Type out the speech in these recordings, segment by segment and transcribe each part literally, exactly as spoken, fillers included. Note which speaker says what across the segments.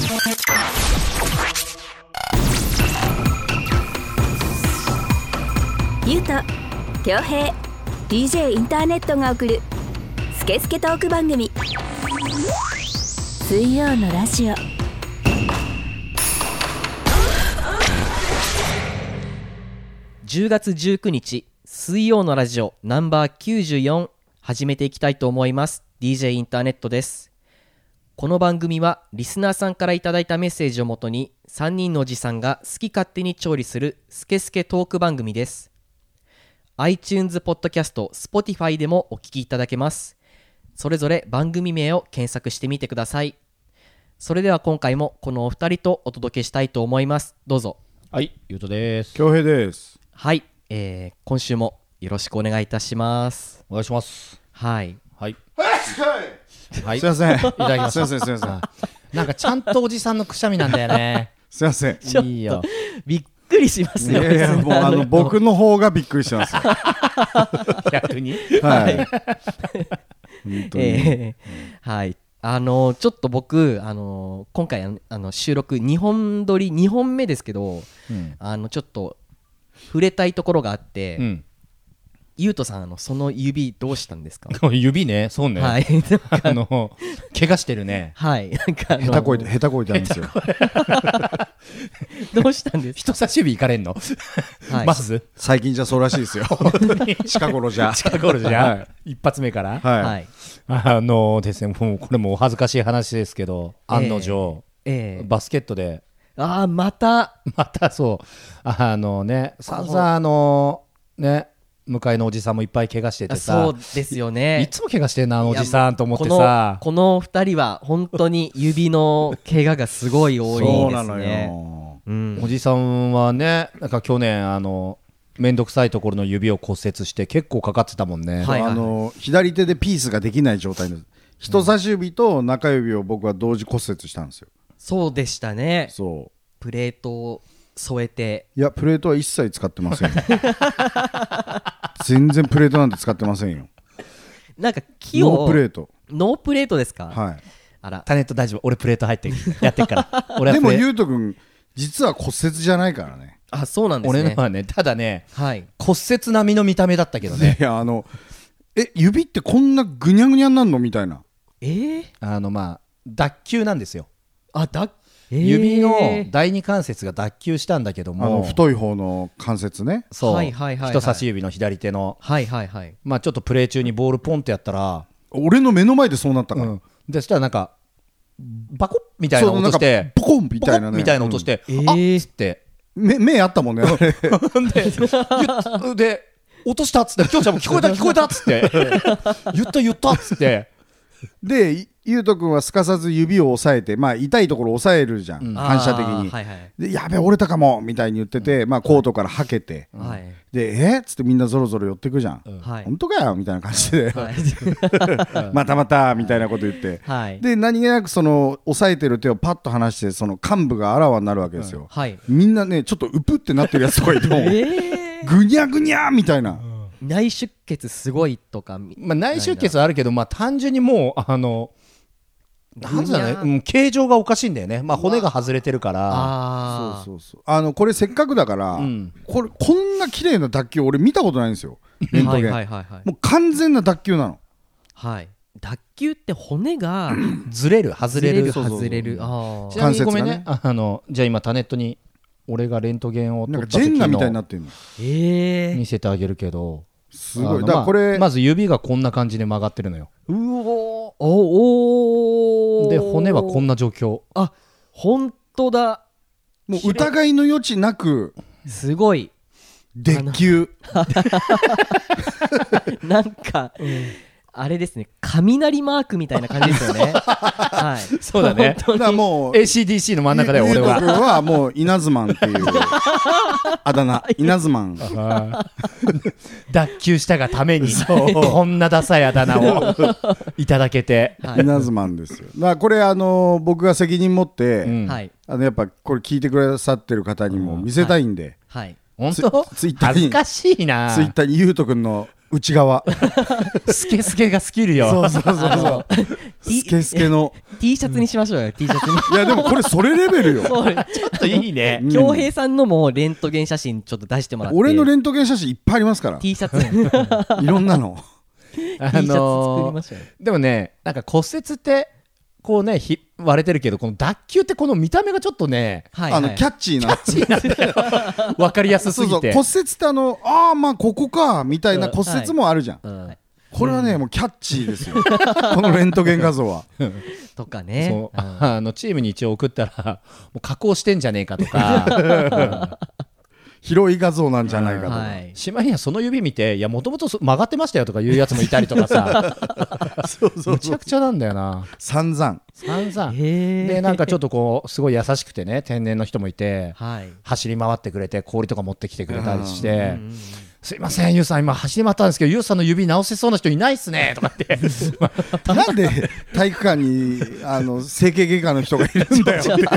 Speaker 1: ゆうと恭平 ディージェー インターネットが送るスケスケトーク番組、水曜のラジオ。
Speaker 2: じゅうがつじゅうくにち水曜のラジオナンバーきゅうじゅうよん始めていきたいと思います。 ディージェー インターネットです。この番組はリスナーさんからいただいたメッセージをもとにさんにんのおじさんが好き勝手に調理するスケスケトーク番組です。 iTunes ポッドキャスト Spotify でもお聞きいただけます。それぞれ番組名を検索してみてください。それでは今回もこのお二人とお届けしたいと思います。どうぞ。
Speaker 3: はい、ゆうとです。
Speaker 4: 恭平です。
Speaker 2: はい、えー、今週もよろしくお願いいたします。
Speaker 3: お願いします。
Speaker 2: はい
Speaker 3: はい。
Speaker 4: はい、すいません。いた
Speaker 3: だきました。
Speaker 4: すいませんすいません。
Speaker 3: なんかちゃんとおじさんのくしゃみなんだよね。
Speaker 4: すいません。
Speaker 2: ちょっと
Speaker 3: いいよ。
Speaker 2: びっくりしますよ。
Speaker 4: いやいや、もうあの僕の方がびっくりしてますよ。
Speaker 3: 逆に。
Speaker 4: はい。本当に。
Speaker 2: えー、はい。あのちょっと僕あの今回あの収録にほん撮りにほんめですけど、
Speaker 3: うん、
Speaker 2: あのちょっと触れたいところがあって、うん、ゆうとさん、あのその指どうしたんですか？
Speaker 3: 指ね、そうね。はい。あの怪我してるね。
Speaker 2: はい。なんかあの
Speaker 4: 下手こいて下手こいてあるんですよ。
Speaker 2: どうしたんですか？
Speaker 3: 人差し指いかれんの？はい、まず
Speaker 4: 最近じゃそうらしいですよ。近頃じゃ。
Speaker 3: 近頃じゃ。はい、一発目から。
Speaker 4: はい。はい、
Speaker 3: あのですね、もうこれもお恥ずかしい話ですけど、えー、案の定、えー、バスケットで。
Speaker 2: ああ、また
Speaker 3: またそうあのね、さんざんあのね、向かいのおじさんもいっぱい怪我しててさ。
Speaker 2: そうですよね。
Speaker 3: いつも怪我してんなあのおじさんと思ってさ。
Speaker 2: この、このふたりは本当に指の怪我がすごい多いですね。
Speaker 4: そうなのよ、
Speaker 3: うん、おじさんはね、なんか去年あのめんどくさいところの指を骨折して結構かかってたもんね。
Speaker 4: はいはい、あの左手でピースができない状態です。人差し指と中指を僕は同時骨折したんですよ。
Speaker 2: そうでしたね。
Speaker 4: そう、
Speaker 2: プレートを添えて。
Speaker 4: いや、プレートは一切使ってませんよ。全然プレートなんて使ってませんよ。
Speaker 2: なんか木を
Speaker 4: ノープレート。
Speaker 2: ノープレートですか？
Speaker 4: はい。
Speaker 2: あら、
Speaker 3: タネット大丈夫、俺プレート入ってやってっから俺は
Speaker 4: でもゆうとくん実は骨折じゃないからね。
Speaker 2: あ、そうなんですね。
Speaker 3: 俺のはね、ただね、
Speaker 2: はい、
Speaker 3: 骨折並みの見た目だったけどね。
Speaker 4: いや、あのえ指ってこんなぐにゃぐにゃになるのみたいな。
Speaker 2: えー、
Speaker 3: あのまあ脱臼なんですよ。
Speaker 2: あ、だ、
Speaker 3: えー、指の第二関節が脱臼したんだけども、
Speaker 4: あの太い方の関節ね。
Speaker 3: そう、
Speaker 2: はいはいはいはい、
Speaker 3: 人差し指の左手の、
Speaker 2: はいはいはい、
Speaker 3: まあちょっとプレー中にボールポンってやったら、
Speaker 4: 俺の目の前でそうなったから、うん、
Speaker 3: でそしたらなんかバコッみたいな音して、
Speaker 4: ポコンみたいなね、
Speaker 3: みたいな音して、
Speaker 2: うん、
Speaker 3: あっ
Speaker 2: えー、
Speaker 3: つって
Speaker 4: 目目あったもんね。
Speaker 3: で, で落としたっつって、きょうちゃんも聞こえた聞こえたっつって言った言ったっつって、
Speaker 4: でゆうとくんはすかさず指を押さえて、まあ痛いところ押さえるじゃん、うん、反射的に、はいはい、でやべ折れたかもみたいに言ってて、うん、まあコートからはけて、はい、でえっつってみんなぞろぞろ寄ってくじゃん、うん、本当かよみたいな感じで、はい、またまたみたいなこと言って、はい、で何気なくその押さえてる手をパッと離してその幹部があらわになるわけですよ、うん、はい、みんなねちょっとうぷってなってるやつとかいても、えー、ぐにゃぐにゃみたいな、
Speaker 2: うん、内出血すごいとか、
Speaker 3: まあ、内出血はあるけど、まあ、単純にもうあのなんだろうね、うん、形状がおかしいんだよね、まあ、骨が外れてるから。
Speaker 4: あそうそうそう、あのこれせっかくだから、うん、これこんな綺麗な脱臼俺見たことないんですよ、レントゲン。はいはいはいはい、もう完全な脱臼なの。
Speaker 2: はい、脱臼って骨が
Speaker 3: ずれる外れる
Speaker 2: 外れる、あ
Speaker 3: ちなみにごめんね、あのじゃあ今タネットに俺がレントゲンを撮った時の
Speaker 4: なんかジェンガみたいになってるの、
Speaker 3: えー、見せてあげるけど、
Speaker 4: すごい。だからこれ、
Speaker 3: まあ、まず指がこんな感じで曲がってるのよ。
Speaker 2: うおお
Speaker 3: おで骨はこんな状況。
Speaker 2: あ、本当だ。
Speaker 4: もう疑いの余地なく
Speaker 2: すごい
Speaker 4: 脱臼。
Speaker 2: なんか、うん、あれですね、雷マークみたいな感じですよね。はい、
Speaker 3: そうだね。
Speaker 2: だから
Speaker 3: もう エーシーディーシー の真ん中だよ俺は。
Speaker 4: 僕はもう稲妻っていうあだ名、稲妻。
Speaker 3: 脱臼したがためにこんなダサいあだ名をいただけて、
Speaker 4: はい、稲妻ですよ。だからこれあの僕が責任持って、うん、あのやっぱこれ聞いてくださってる方にも見せたいんで。
Speaker 3: はいはい、本当
Speaker 4: ツイッターに
Speaker 3: 恥ずかしいな。
Speaker 4: ツイッターにゆうとくんの内側
Speaker 3: スケスケがスキルよ。
Speaker 4: そうそうそうそうスケスケの
Speaker 2: T シャツにしましょうよ、T シャツに。
Speaker 4: いやでもこれそれレベルよ
Speaker 2: そうちょっといいね。恭平さんのもレントゲン写真ちょっと出してもらって。
Speaker 4: 俺のレントゲン写真いっぱいありますから
Speaker 2: T シャツ
Speaker 4: いろんなの
Speaker 3: あのー、でもね、なんか骨折ってこうねひ割れてるけど、この脱臼ってこの見た目がちょっとね、
Speaker 4: はいはい、あのキャッチーな
Speaker 3: キャッチーな分かりやすすぎて、そうそう
Speaker 4: 骨折ってあのああまあここかみたいな骨折もあるじゃん、うんはい、これはね、うん、もうキャッチーですよこのレントゲン画像は
Speaker 2: とかね、
Speaker 3: そう、うん、あのチームに一応送ったらもう加工してんじゃねえかとか
Speaker 4: 広い画像なんじゃないかとか、はい、
Speaker 3: しまいにはその指見て、いやもともと曲がってましたよとかいうやつもいたりとかさそうそうそう、むちゃくちゃなんだよな、
Speaker 4: 散々
Speaker 3: 散々で、なんかちょっとこうすごい優しくてね、天然の人もいて、はい、走り回ってくれて氷とか持ってきてくれたりして、すいませんユウさん今走り回ったんですけどユウさんの指直せそうな人いないっすねとかって
Speaker 4: なんで体育館にあの整形外科の人がいるんだよっていう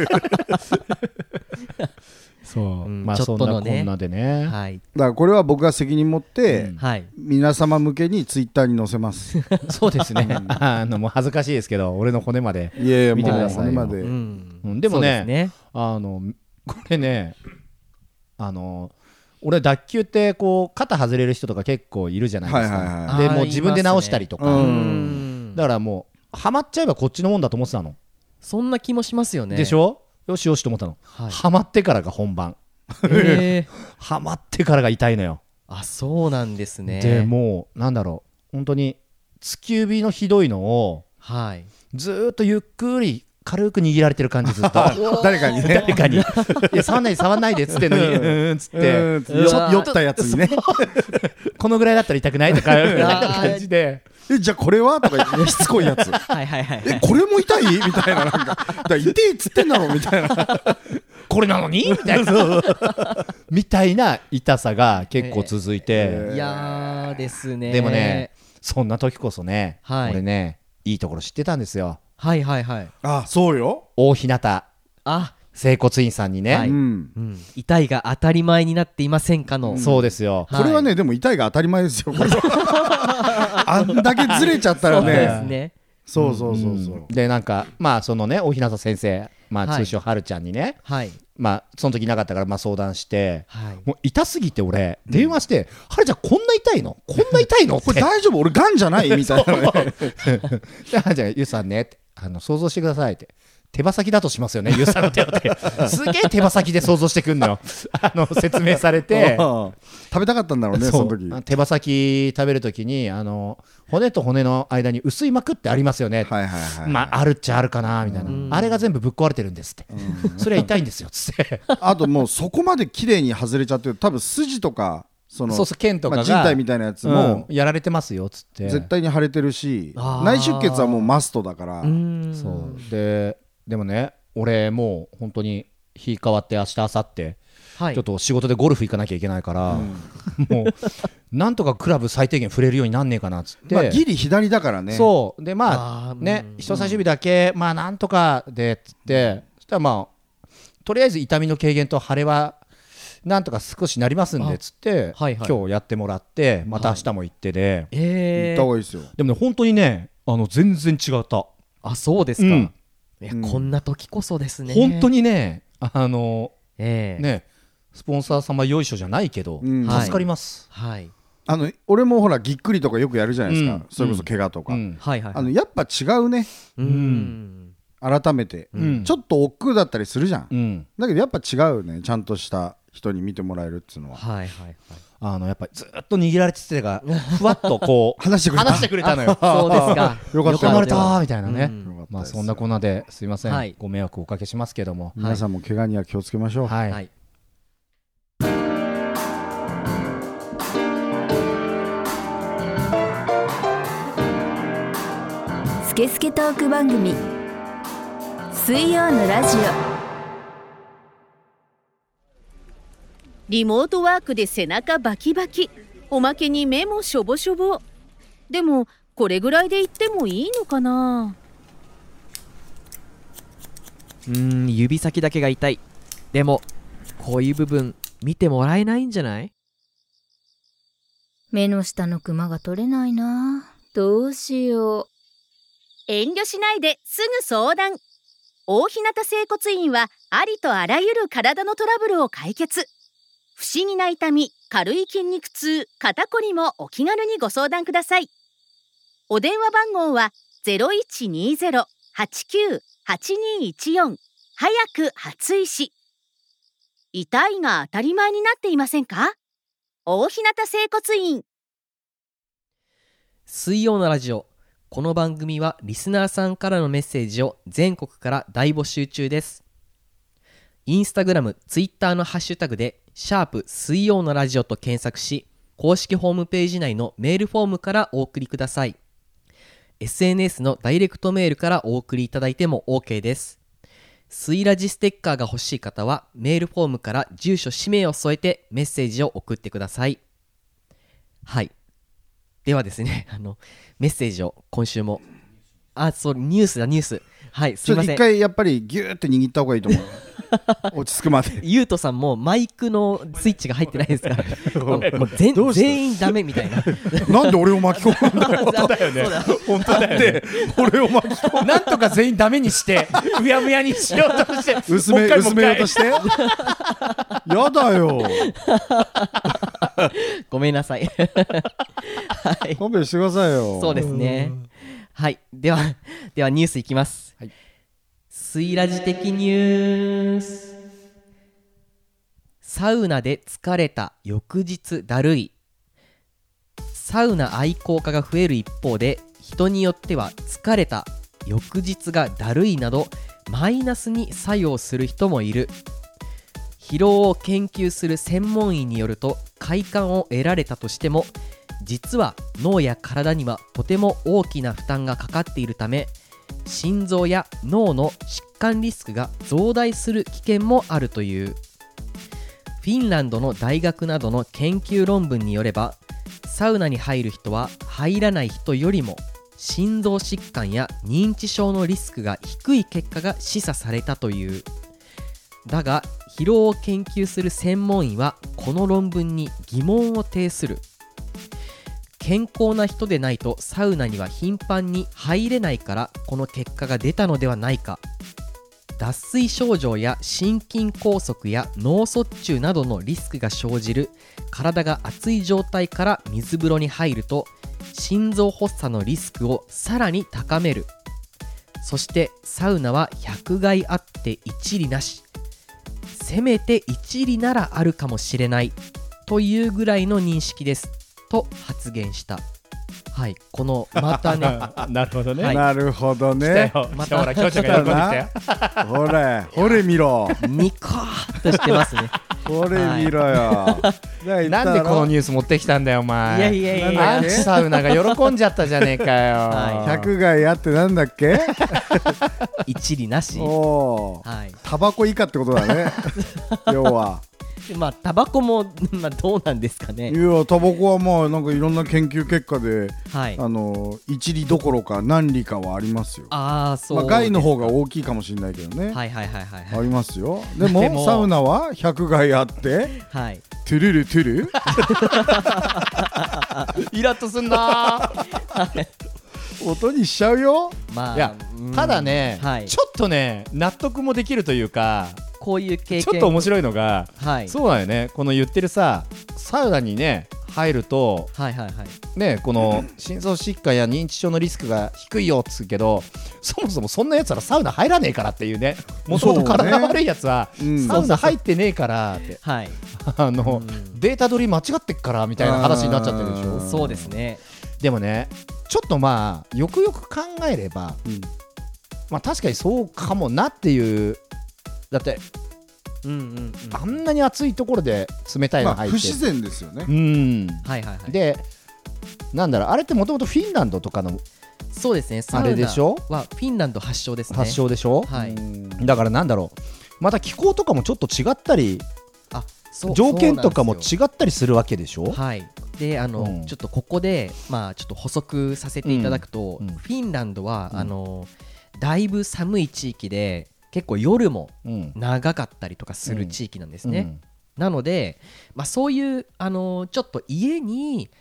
Speaker 3: そう、うん、まあそんなこんなでね、
Speaker 2: はい、
Speaker 4: だからこれは僕が責任持って、うん、皆様向けにツイッターに載せます
Speaker 3: そうですね、うん、あのもう恥ずかしいですけど俺の骨まで見てくださいよ。いやいやもう骨まで、うんうん、でも ね, ねあのこれねあの俺脱臼ってこう肩外れる人とか結構いるじゃないですか、はいはいはい、でもう自分で直したりとか、ね、だからもうハマっちゃえばこっちのもんだと思ってたの。
Speaker 2: そんな気もしますよね。
Speaker 3: でしょ。よしよしと思ったの、はい、ハマってからが本番、えー、ハマってからが痛いのよ。
Speaker 2: あ、そうなんですね。
Speaker 3: でもうなんだろう、本当に突き指のひどいのを、
Speaker 2: はい、
Speaker 3: ずーっとゆっくり軽く握られてる感じ、ずっと
Speaker 4: 誰かにね
Speaker 3: 誰かにいや触んないで触んないでっつってんのにうんつって
Speaker 4: 酔ったやつにね
Speaker 3: このぐらいだったら痛くないとか感じで
Speaker 4: えじゃあこれはとか言ってしつこいやつ
Speaker 2: はいはいはい、
Speaker 4: えこれも痛いみたいな、なんかだ痛いっつってんだろみたいな
Speaker 3: これなのにみたいなみたいな痛さが結構続いて、え
Speaker 2: ー、いやーですね。
Speaker 3: でもねそんな時こそね、はい、俺ねいいところ知ってたんですよ。
Speaker 2: はいはいはい。
Speaker 4: あ、そうよ。
Speaker 3: 大日向
Speaker 2: あ
Speaker 3: 整骨院さんにね、はい
Speaker 2: うんうん、痛いが当たり前になっていませんかの、
Speaker 3: うん、そうですよ、
Speaker 4: これはね、はい、でも痛いが当たり前ですよこれあんだけずれちゃったらね、そうですね、そうそうそうそう、
Speaker 3: うん、でなんかまあそのね大日向先生、まあ、通称はるちゃんにね、はい、まあその時いなかったからまあ相談して、はい、もう痛すぎて俺電話して、うん、はるちゃんこんな痛いのこんな痛いの
Speaker 4: これ大丈夫俺がんじゃないみたいなね
Speaker 3: じゃあじゃあゆうさんねってあの想像してくださいって手羽先だとしますよね、ゆうさんの手ってすげえ手羽先で想像してくんのよあの説明されて
Speaker 4: 食べたかったんだろうね、その時
Speaker 3: 手羽先食べる時にあの骨と骨の間に薄い膜ってありますよね、はいはいはいはい、まああるっちゃあるかなみたいな、あれが全部ぶっ壊れてるんですって、それは痛いんですよつって
Speaker 4: あともうそこまで綺麗に外れちゃってる、多分筋とかその
Speaker 3: そうそう腱とかが、まあ、
Speaker 4: 人体みたいなやつも、
Speaker 3: うん、やられてますよつって
Speaker 4: 絶対に腫れてるし、内出血はもうマストだから。
Speaker 3: そうででもね俺もう本当に日変わって明日明後日、はい、ちょっと仕事でゴルフ行かなきゃいけないから、うん、もうなんとかクラブ最低限触れるようになんねえかなっつって、
Speaker 4: まあ、ギリ左だからね。
Speaker 3: そうでまあね、うん、人差し指だけ、まあなんとかでっつって、うん、そしたらまあとりあえず痛みの軽減と腫れはなんとか少しなりますんでっつって、はいはい、今日やってもらってまた明日も行ってで、はい、
Speaker 4: えー、行った方がいいですよ。
Speaker 3: でもね本当にねあの全然違った。
Speaker 2: あ、そうですか、うん、いや、
Speaker 3: うん、
Speaker 2: こんな時こそですね。
Speaker 3: 本当にねあの、えー、ねスポンサー様よいしょじゃないけど、うん、助かります、
Speaker 2: はいはい、
Speaker 4: あの俺もほらぎっくりとかよくやるじゃないですか、うん、それこそ怪我とか、うんはいはいはい、あのやっぱ違うね、うん、改めて、うん、ちょっと億劫だったりするじゃん、うん、だけどやっぱ違うね、ちゃんとした人に見てもらえるっていうのは、はいはいはい、
Speaker 3: あのやっぱりずっと握られててがふわっとこう
Speaker 4: 話してくれた
Speaker 3: 話してくれたのよ
Speaker 2: そうですか
Speaker 3: よかったよかったみたいなね、うん、まあそんなこんなですいません、はい、ご迷惑をおかけしますけども、
Speaker 4: 皆さんも怪我には気をつけましょう。はい、はい、
Speaker 1: スケスケトーク番組水曜のラジオ。
Speaker 5: リモートワークで背中バキバキ、おまけに目もしょぼしょぼ。でもこれぐらいで言ってもいいのかな。
Speaker 2: うーん、指先だけが痛い。でもこういう部分見てもらえないんじゃない？
Speaker 6: 目の下のクマが取れないな。どうしよう。
Speaker 5: 遠慮しないですぐ相談。大日向整骨院はありとあらゆる体のトラブルを解決。不思議な痛み、軽い筋肉痛、肩こりもお気軽にご相談ください。お電話番号は ゼロいちにゼロ はちきゅう はちにいちよん 早く初医師。痛いが当たり前になっていませんか？大日向整骨院。
Speaker 2: 水曜のラジオ。この番組はリスナーさんからのメッセージを全国から大募集中です。インスタグラム、ツイッターのハッシュタグでシャープ水曜のラジオと検索し、公式ホームページ内のメールフォームからお送りください。エスエヌエス のダイレクトメールからお送りいただいても OK です。水ラジステッカーが欲しい方はメールフォームから住所氏名を添えてメッセージを送ってください。はい。ではですね、あのメッセージを今週も、あ、そう、ニュースだニュース。はい、すいません。
Speaker 4: 一回やっぱりギューって握った方がいいと思う。落ち着くまで。
Speaker 2: ゆうとさんもマイクのスイッチが入ってないですからもうもう全, 全員ダメみたいな。
Speaker 4: なんで俺を巻き込むんだよ。
Speaker 3: 本当だよね。本当だよね。俺を巻き込む。なんとか全員ダメにしてうやむやにしようとして
Speaker 4: 薄め薄めようとして。やだよ。
Speaker 2: ごめんなさい。
Speaker 4: はい、勘弁してくださいよ。
Speaker 2: そうですね。はい、ではではニュースいきます。はい、水ラジ的ニュース。サウナで疲れた翌日だるい。サウナ愛好家が増える一方で、人によっては疲れた翌日がだるいなどマイナスに作用する人もいる。疲労を研究する専門医によると、快感を得られたとしても実は脳や体にはとても大きな負担がかかっているため、心臓や脳の疾患リスクが増大する危険もあるという。フィンランドの大学などの研究論文によれば、サウナに入る人は入らない人よりも心臓疾患や認知症のリスクが低い結果が示唆されたという。だが疲労を研究する専門医はこの論文に疑問を呈する。健康な人でないとサウナには頻繁に入れないからこの結果が出たのではないか。脱水症状や心筋梗塞や脳卒中などのリスクが生じる体が熱い状態から水風呂に入ると、心臓発作のリスクをさらに高める。そしてサウナは百害あって一利なし、せめて一利ならあるかもしれないというぐらいの認識ですと発言した。はい、このまたね
Speaker 3: なるほどね、
Speaker 4: はい、なるほどね。
Speaker 3: またほら、京ちゃんが喜んできたよ。
Speaker 4: ほれ、ほれ見ろ。
Speaker 2: ニコーっとしてますね。
Speaker 4: ほれ見ろよ。
Speaker 3: はい、なんでこのニュース持ってきたんだよお前。
Speaker 2: いやいやいや、
Speaker 3: アンチサウナが喜んじゃったじゃねえかよ。
Speaker 4: はい、百害あってなんだっけ？
Speaker 2: 一利なし。
Speaker 4: おー、はい、タバコ以下ってことだね。要は。
Speaker 2: まあタバコもまあどうなんですかね。
Speaker 4: いや、タバコはまあなんかいろんな研究結果で、はい、あの一利どころか何利かはありますよ。
Speaker 2: ああ、そうですか。
Speaker 4: まあ害の方が大きいかもしれないけどね。
Speaker 2: はいはいはいはい、はい、
Speaker 4: ありますよ。でも, でもサウナは百害あって、はい、トゥルルトゥル
Speaker 3: イラッとすんな
Speaker 4: 音にしちゃうよ。
Speaker 3: まあ、いやただね、はい、ちょっとね納得もできるというか、
Speaker 2: こういう経験
Speaker 3: ちょっと面白いのが、
Speaker 2: はい、
Speaker 3: そうだよね。この言ってるさ、サウナにね入ると、はいはいはい、ね、この心臓疾患や認知症のリスクが低いよっつうけど、そもそもそんなやつらサウナ入らねえからっていうね。もともと体悪いやつは、ね、サウナ入ってねえからって、はい、あの、うん、データ取り間違ってっからみたいな話になっちゃってるでしょ。
Speaker 2: そうですね。でもね、
Speaker 3: ちょっとまあよくよく考えれば、うん、まあ確かにそうかもなっていう。だって、うんうんうん、あんなに暑いところで冷たいの入って、
Speaker 4: まあ、不自然ですよね。
Speaker 3: うん、はいはいはい。で、なんだろう、あれってもともとフィンランドとかの、
Speaker 2: そうですね、サウナはフィンランド発祥ですね。
Speaker 3: 発祥でしょ、はい、だからなんだろう、また気候とかもちょっと違ったり、あ、そう、条件とかも違ったりするわけでしょ。
Speaker 2: はい。で、あの、うん、ちょっとここで、まあ、ちょっと補足させていただくと、うんうん、フィンランドは、うん、あのだいぶ寒い地域で結構夜も長かったりとかする地域なんですね、うんうん、なので、まあ、そういうあのちょっと家に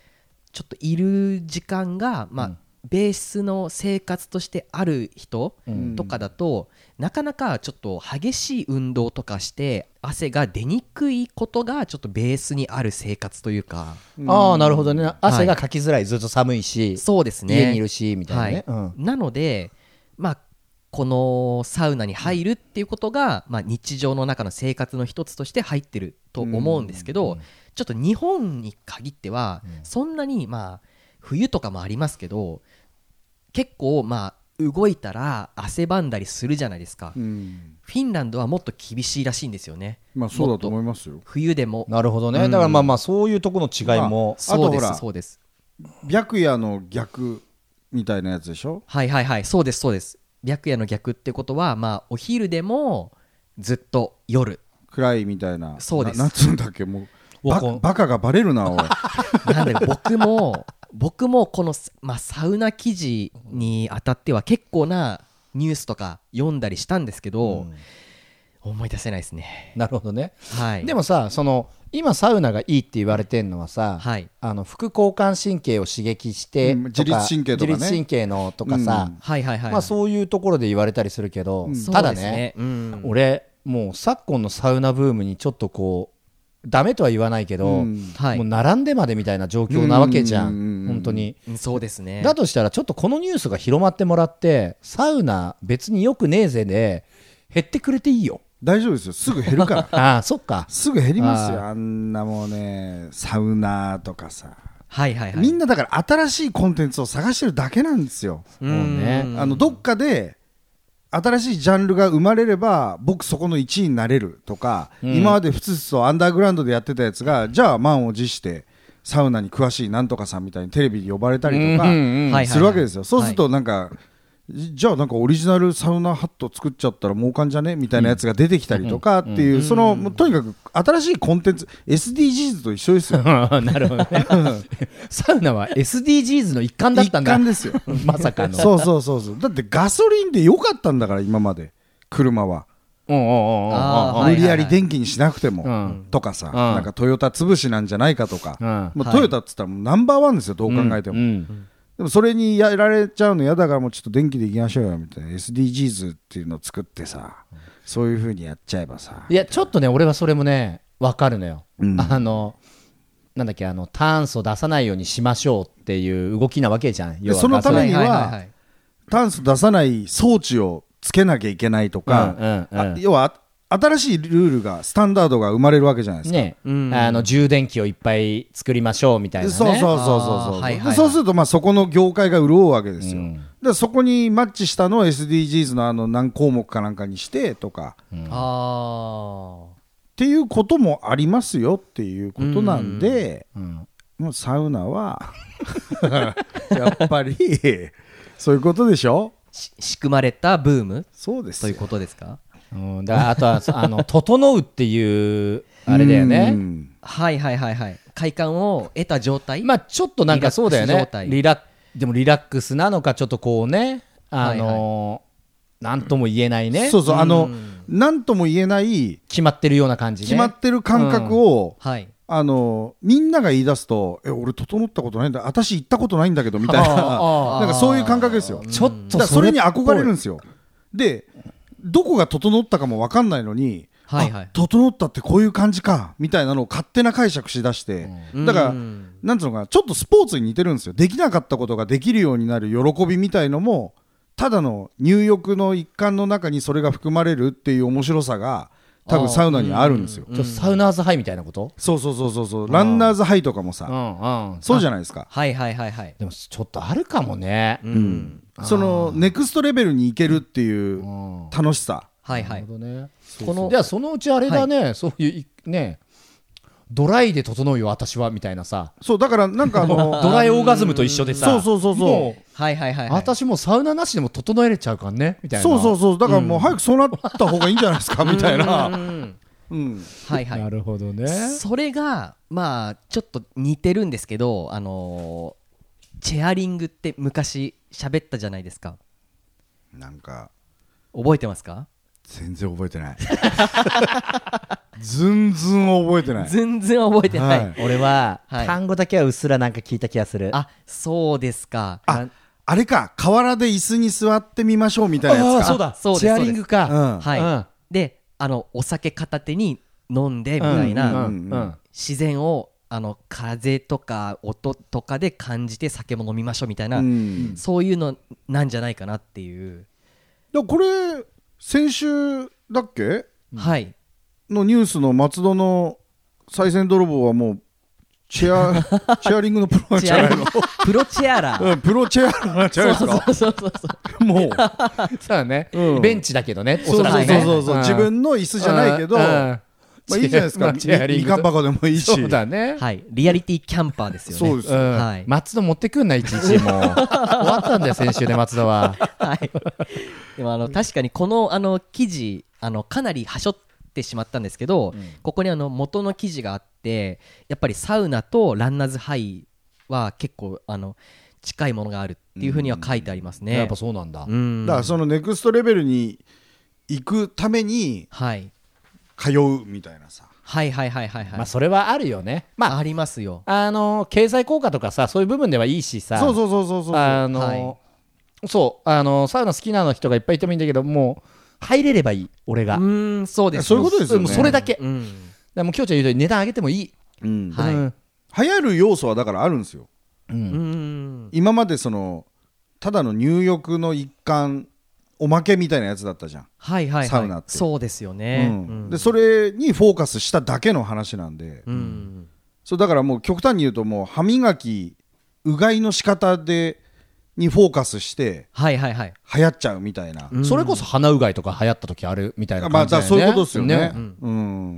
Speaker 2: ちょっといる時間が、まあ、うん、ベースの生活としてある人とかだと、うん、なかなかちょっと激しい運動とかして汗が出にくいことがちょっとベースにある生活というか、
Speaker 3: うん、ああなるほどね。汗がかきづらい、はい、ずっと寒いし、
Speaker 2: そうですね、
Speaker 3: 家にいるしみたいなね、
Speaker 2: はい、
Speaker 3: うん、な
Speaker 2: のでまあこのサウナに入るっていうことが、まあ、日常の中の生活の一つとして入ってると思うんですけど、うん、ちょっと日本に限ってはそんなにまあ冬とかもありますけど結構まあ動いたら汗ばんだりするじゃないですか、うん、フィンランドはもっと厳しいらしいんですよね。
Speaker 4: まあそうだと思いますよ。
Speaker 2: 冬でも。
Speaker 3: なるほどね、うん、だからまあまあそういうところの違いも、
Speaker 2: まあ、そうですそうです。
Speaker 4: 白夜の逆みたいなやつでしょ。
Speaker 2: はいはいはい、そうですそうです。白夜の逆ってことは、まあ、お昼でもずっと夜
Speaker 4: 暗いみたいな。
Speaker 2: そうです。
Speaker 4: な、なんつうんだっけ、もうババカがバレるなおい
Speaker 2: なんで僕も僕もこの、まあ、サウナ記事にあたっては結構なニュースとか読んだりしたんですけど、うん、思い出せないですね。
Speaker 3: なるほどね、
Speaker 2: はい、
Speaker 3: でもさ、その今サウナがいいって言われてるのはさ、はい、あの副交感神経を刺激して、うん、
Speaker 4: 自律神経とかね、
Speaker 3: 自律神経のとかさ、うんはいはいはい、まあ、そういうところで言われたりするけど、うん、ただ ね, ね、うん、俺もう昨今のサウナブームにちょっとこうダメとは言わないけど、うんはい、もう並んでまでみたいな状況なわけじゃん、うんうんうん、本当に。
Speaker 2: そうですね。
Speaker 3: だとしたらちょっとこのニュースが広まってもらってサウナ別によくねえぜで減ってくれていいよ。
Speaker 4: 大丈夫ですよ、すぐ減るから
Speaker 3: ああそっか、
Speaker 4: すぐ減りますよ。 あ, あんなもうねサウナとかさ、
Speaker 2: はいはいはい、
Speaker 4: みんなだから新しいコンテンツを探してるだけなんですよ。
Speaker 3: もうね、
Speaker 4: あのどっかで新しいジャンルが生まれれば僕そこのいちいになれるとか、うん、今までふつふつとアンダーグラウンドでやってたやつがじゃあ満を持してサウナに詳しいなんとかさんみたいにテレビに呼ばれたりとかするわけですよ。そうするとなんか、はい、じゃあなんかオリジナルサウナハット作っちゃったら儲かんじゃねみたいなやつが出てきたりとかっていう、うんうん、そのもうとにかく新しいコンテンツ エスディージーズ と一緒ですよ
Speaker 3: なるほどねサウナは エスディージーズ の一環だったんだ。
Speaker 4: 一環ですよ
Speaker 3: まさかの
Speaker 4: そうそうそうそう。だってガソリンでよかったんだから今まで車は。無理やり電気にしなくても、はいはい、とかさ、うん、なんかトヨタ潰しなんじゃないかとか、うん、もうトヨタっつったらもうナンバーワンですよ、どう考えても、うんうん、でもそれにやられちゃうの嫌だからもうちょっと電気でいきましょうよみたいな エスディージーズ っていうのを作ってさ、そういう風にやっちゃえばさ。
Speaker 3: いやちょっとね俺はそれもね分かるのよ、うん、あのなんだっけ、あの炭素出さないようにしましょうっていう動きなわけじゃん。要は
Speaker 4: そのためには炭素出さない装置をつけなきゃいけないとか、うんうんうん、要は新しいルールがスタンダードが生まれるわけじゃないですか、ね、
Speaker 3: うん、あの充電器をいっぱい作りましょうみたいなね。
Speaker 4: そうそうそうそうそう、はいはいはい、そうするとまあそこの業界が潤うわけですよ、うん、でそこにマッチしたのを エスディージーズ のあの何項目かなんかにしてとか、うん、あっていうこともありますよっていうことなんで、うんうん、もうサウナはやっぱりそういうことでしょ。
Speaker 2: し仕組まれたブーム、
Speaker 4: そうです
Speaker 2: ということですか。
Speaker 3: うん、だあとはあの整うっていうあれだよね。
Speaker 2: はいはいはいはい。快感を得た状態。
Speaker 3: まあちょっとなんかそうだよね。リラでもリラックスなのかちょっとこうね、あのーはいはい、なんとも言えないね。
Speaker 4: そうそう、あのなんとも言えない
Speaker 3: 決まってるような感じね。
Speaker 4: 決まってる感覚を、うん、はい。あのみんなが言い出すとえ俺整ったことないんだ私行ったことないんだけどみたいななんかそういう感覚ですよ。
Speaker 3: ちょっと
Speaker 4: そ, それに憧れるんですよ。でどこが整ったかも分かんないのに、はいはい、整ったってこういう感じかみたいなのを勝手な解釈しだして、うん、だからなんつうのかな、ちょっとスポーツに似てるんですよ。できなかったことができるようになる喜びみたいのもただの入浴の一環の中にそれが含まれるっていう面白さが多分サウナにあるんですよ。
Speaker 3: ちょっとサウナーズハイみたいなこと。
Speaker 4: そうそうそうそうそう、ランナーズハイとかもさ、うんうん、そうじゃないですか。
Speaker 2: はいはいはいはい。
Speaker 3: でもちょっとあるかもね、うん、
Speaker 4: そのネクストレベルに行けるっていう楽しさ、
Speaker 2: はいはい。
Speaker 3: ね、このじゃあそのうちあれだね、はい、そういうねドライで整うよ私はみたいなさ。
Speaker 4: そうだからなんかあの
Speaker 3: ドライオーガズムと一緒でさ、
Speaker 4: そうそうそうそう、
Speaker 2: はいはいはい、はい、
Speaker 3: 私もサウナなしでも整えれちゃうからねみたいな。
Speaker 4: そうそうそう、だからもう早くそうなった方がいいんじゃないですかみたいな。
Speaker 2: うん、はいはい。
Speaker 3: なるほどね。
Speaker 2: それがまあちょっと似てるんですけど、あのー、チェアリングって昔喋ったじゃないですか。
Speaker 4: なんか
Speaker 2: 覚えてますか。
Speaker 4: 全然覚えてないずんずん覚えてない
Speaker 2: 全然覚えてない、
Speaker 3: はい、俺は、はい、単語だけはうっすらなんか聞いた気がする。
Speaker 2: あ、そうですか。
Speaker 4: あ、あれか、河原で椅子に座ってみましょうみたいなやつか。
Speaker 3: あ、そうだ、そうです、チェアリングか、
Speaker 2: うん、はい、うん、で、あのお酒片手に飲んでみたいな、うんうんうん、自然をあの風とか音とかで感じて酒も飲みましょうみたいな、うん、そういうのなんじゃないかなっていう。
Speaker 4: だこれ先週だっけ、
Speaker 2: はい
Speaker 4: のニュースの松戸の賽銭泥棒はもうチェアチェアリングのプロなんじゃないの
Speaker 2: プロチェアラー、
Speaker 4: うん、プロチェアラーなんじゃないですか。
Speaker 2: そうそうそうそう
Speaker 4: もう
Speaker 3: そうだね、うん、ベンチだけどね、
Speaker 4: そうそうそうそうそう、自分の椅子じゃないけど、まあいいじゃないですか、みかん箱でもいいし。
Speaker 3: そうだね、
Speaker 2: はい、リアリティキャンパーですよね。
Speaker 4: そうです、うん、
Speaker 3: はい、松戸持ってくんないちいちもう終わったんだよ先週で松戸は。
Speaker 2: はい、でもあの確かにこのあの記事あのかなりはしょってしまったんですけど、うん、ここにあの元の記事があって、やっぱりサウナとランナーズハイは結構あの近いものがあるっていうふうには書いてありますね。
Speaker 3: やっぱそうなんだ。
Speaker 4: うん、だからそのネクストレベルに行くために通うみたいなさ、
Speaker 2: はいはいはいはいはい、
Speaker 3: まあそれはあるよね。まあ
Speaker 2: ありますよ。
Speaker 3: あの経済効果とかさ、そういう部分ではいいしさ、
Speaker 4: そうそうそうそうそう、
Speaker 3: あの、はい、そうあのサウナ好きなの人がいっぱいいてもいいんだけど、もう入れればいい、俺が。
Speaker 2: うーん、そうです、
Speaker 4: そういうことですよね。
Speaker 3: それだけ、
Speaker 2: うん、
Speaker 3: でもきょうちゃん言うとおり値段上げてもいい、
Speaker 4: うん、
Speaker 2: はい、うん、
Speaker 4: 流行る要素はだからあるんですよ、
Speaker 2: うん、
Speaker 4: 今までそのただの入浴の一環おまけみたいなやつだったじゃん、
Speaker 2: はいはいはい、
Speaker 4: サウナって。
Speaker 2: そうですよね、
Speaker 4: うんうん、でそれにフォーカスしただけの話なんで、うん、そうだからもう極端に言うと、もう歯磨きうがいの仕方でにフォーカスして流行っちゃうみたいな、はいはいはい、
Speaker 3: それこそ鼻うがいとか流行った時あるみたいな感じだよね。
Speaker 4: まあ、そういうことですよね、ね、うんうん、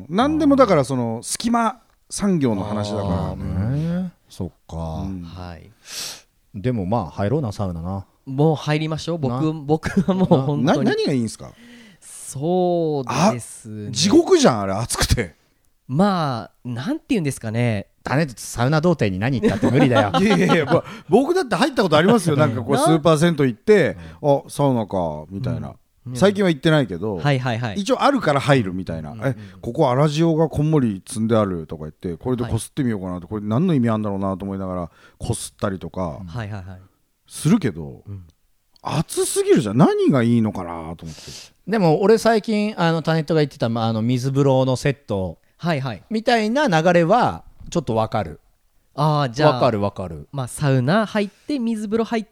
Speaker 4: 何でもだからその隙間産業の話だからね。
Speaker 3: そっか、
Speaker 2: うん、はい、
Speaker 3: でもまあ入ろうな、サウナな。
Speaker 2: もう入りましょう。僕僕はもう本当に
Speaker 4: 何がいいんですか。
Speaker 2: そうですね、
Speaker 4: 地獄じゃんあれ、暑くて。
Speaker 2: まあなんていうんですかね、
Speaker 3: だね、サウナ童貞に何言ったって無理だよ。
Speaker 4: いやいやいや、僕だって入ったことありますよ。なんかこうスーパー銭湯行って、あ、サウナかみたいな、うん、最近は行ってないけど、
Speaker 2: はいはいはい、
Speaker 4: 一応あるから入るみたいな、うん、えここアラジオがこんもり積んであるとか言って、これでこすってみようかなと、これ何の意味あるんだろうなと思いながらこすったりとかするけど、うん、暑すぎるじゃん、何がいいのかなと思って。
Speaker 3: でも俺最近あのタネットが言ってた、まあ、あの水風呂のセット、
Speaker 2: はいはい、
Speaker 3: みたいな流れはちょっとわかる。
Speaker 2: あー、じゃあ
Speaker 3: わかるわかる、
Speaker 2: まあ、サウナ入って水風呂入って、